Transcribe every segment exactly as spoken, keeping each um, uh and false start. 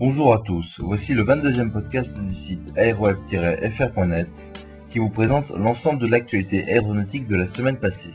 Bonjour à tous, voici le vingt-deuxième podcast du site aéroweb tiret f r point net qui vous présente l'ensemble de l'actualité aéronautique de la semaine passée.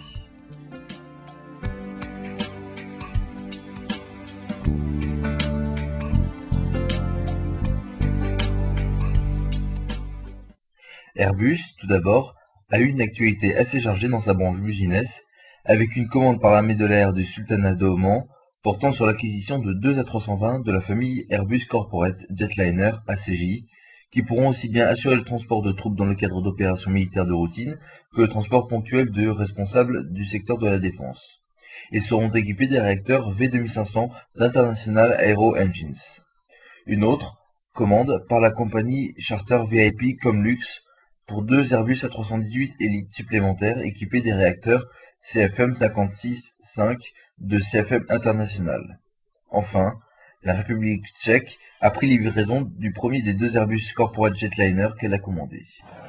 Airbus, tout d'abord, a eu une actualité assez chargée dans sa branche business, avec une commande par l'armée de l'air du Sultanat d'Oman portant sur l'acquisition de deux A trois cent vingt de la famille Airbus Corporate Jetliner A C J, qui pourront aussi bien assurer le transport de troupes dans le cadre d'opérations militaires de routine que le transport ponctuel de responsables du secteur de la défense, et seront équipés des réacteurs V deux mille cinq cents d'International Aero Engines. Une autre commande par la compagnie Charter V I P Comlux pour deux Airbus A trois cent dix-huit Elite supplémentaires équipés des réacteurs C F M cinquante-six cinq de C F M International. Enfin, la République tchèque a pris livraison du premier des deux Airbus Corporate Jetliner qu'elle a commandé.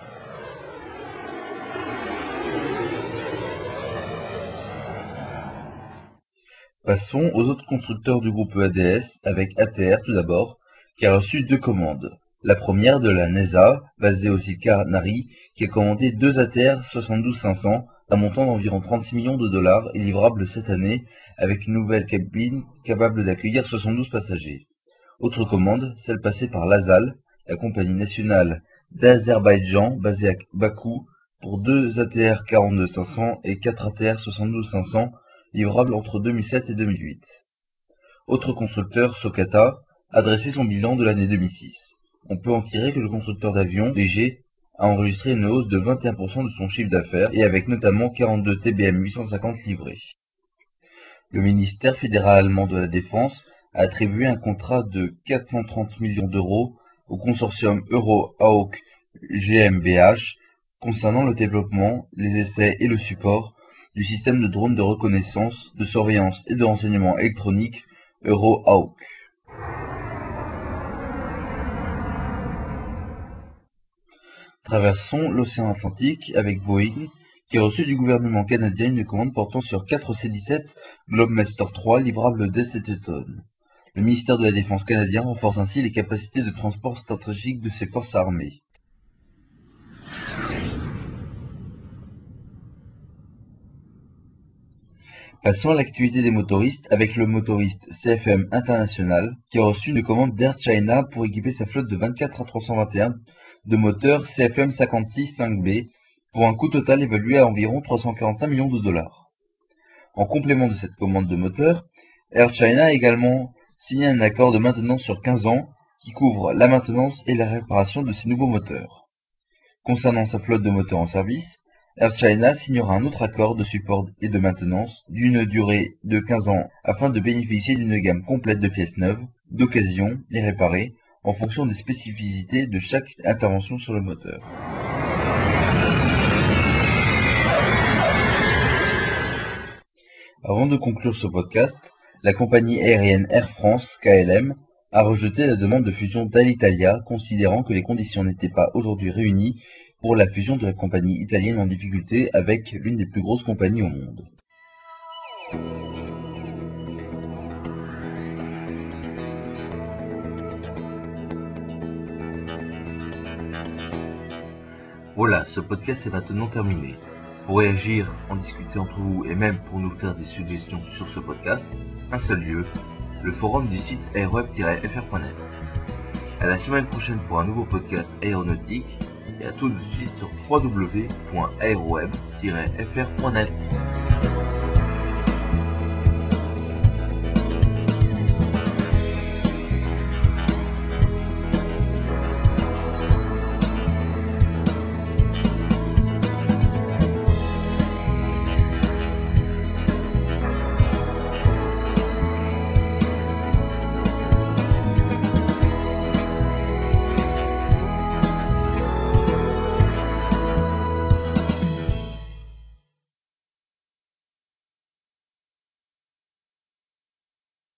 Passons aux autres constructeurs du groupe A D S, avec A T R tout d'abord, qui a reçu deux commandes. La première de la NASA, basée au site Canary, qui a commandé deux A T R soixante-douze cinq cents, d'un montant d'environ trente-six millions de dollars et livrable cette année, avec une nouvelle cabine capable d'accueillir soixante-douze passagers. Autre commande, celle passée par l'Azal, la compagnie nationale d'Azerbaïdjan, basée à Bakou, pour deux A T R quarante-deux cinq cents et quatre A T R soixante-douze cinq cents, livrables entre deux mille sept et deux mille huit. Autre constructeur, Socata, a dressé son bilan de l'année deux mille six. On peut en tirer que le constructeur d'avions léger a enregistré une hausse de vingt et un pour cent de son chiffre d'affaires et avec notamment quarante-deux T B M huit cent cinquante livrés. Le ministère fédéral allemand de la Défense a attribué un contrat de quatre cent trente millions d'euros au consortium Euro-Hawk G M B H concernant le développement, les essais et le support du système de drones de reconnaissance, de surveillance et de renseignement électronique Euro-Hawk. Traversons l'océan Atlantique avec Boeing, qui a reçu du gouvernement canadien une commande portant sur quatre C dix-sept Globemaster trois livrables dès cet automne. Le ministère de la Défense canadien renforce ainsi les capacités de transport stratégique de ses forces armées. Passons à l'activité des motoristes avec le motoriste C F M International, qui a reçu une commande d'Air China pour équiper sa flotte de vingt-quatre A trois cent vingt et un de moteurs C F M cinquante-six cinq B pour un coût total évalué à environ trois cent quarante-cinq millions de dollars. En complément de cette commande de moteurs, Air China a également signé un accord de maintenance sur quinze ans qui couvre la maintenance et la réparation de ces nouveaux moteurs. Concernant sa flotte de moteurs en service, Air China signera un autre accord de support et de maintenance d'une durée de quinze ans afin de bénéficier d'une gamme complète de pièces neuves, d'occasion et réparées en fonction des spécificités de chaque intervention sur le moteur. Avant de conclure ce podcast, la compagnie aérienne Air France K L M a rejeté la demande de fusion d'Alitalia, considérant que les conditions n'étaient pas aujourd'hui réunies pour la fusion de la compagnie italienne en difficulté avec l'une des plus grosses compagnies au monde. Voilà, ce podcast est maintenant terminé. Pour réagir, en discuter entre vous et même pour nous faire des suggestions sur ce podcast, un seul lieu, le forum du site aéroweb tiret f r point net. À la semaine prochaine pour un nouveau podcast aéronautique et à tout de suite sur w w w point aéroweb tiret f r point net.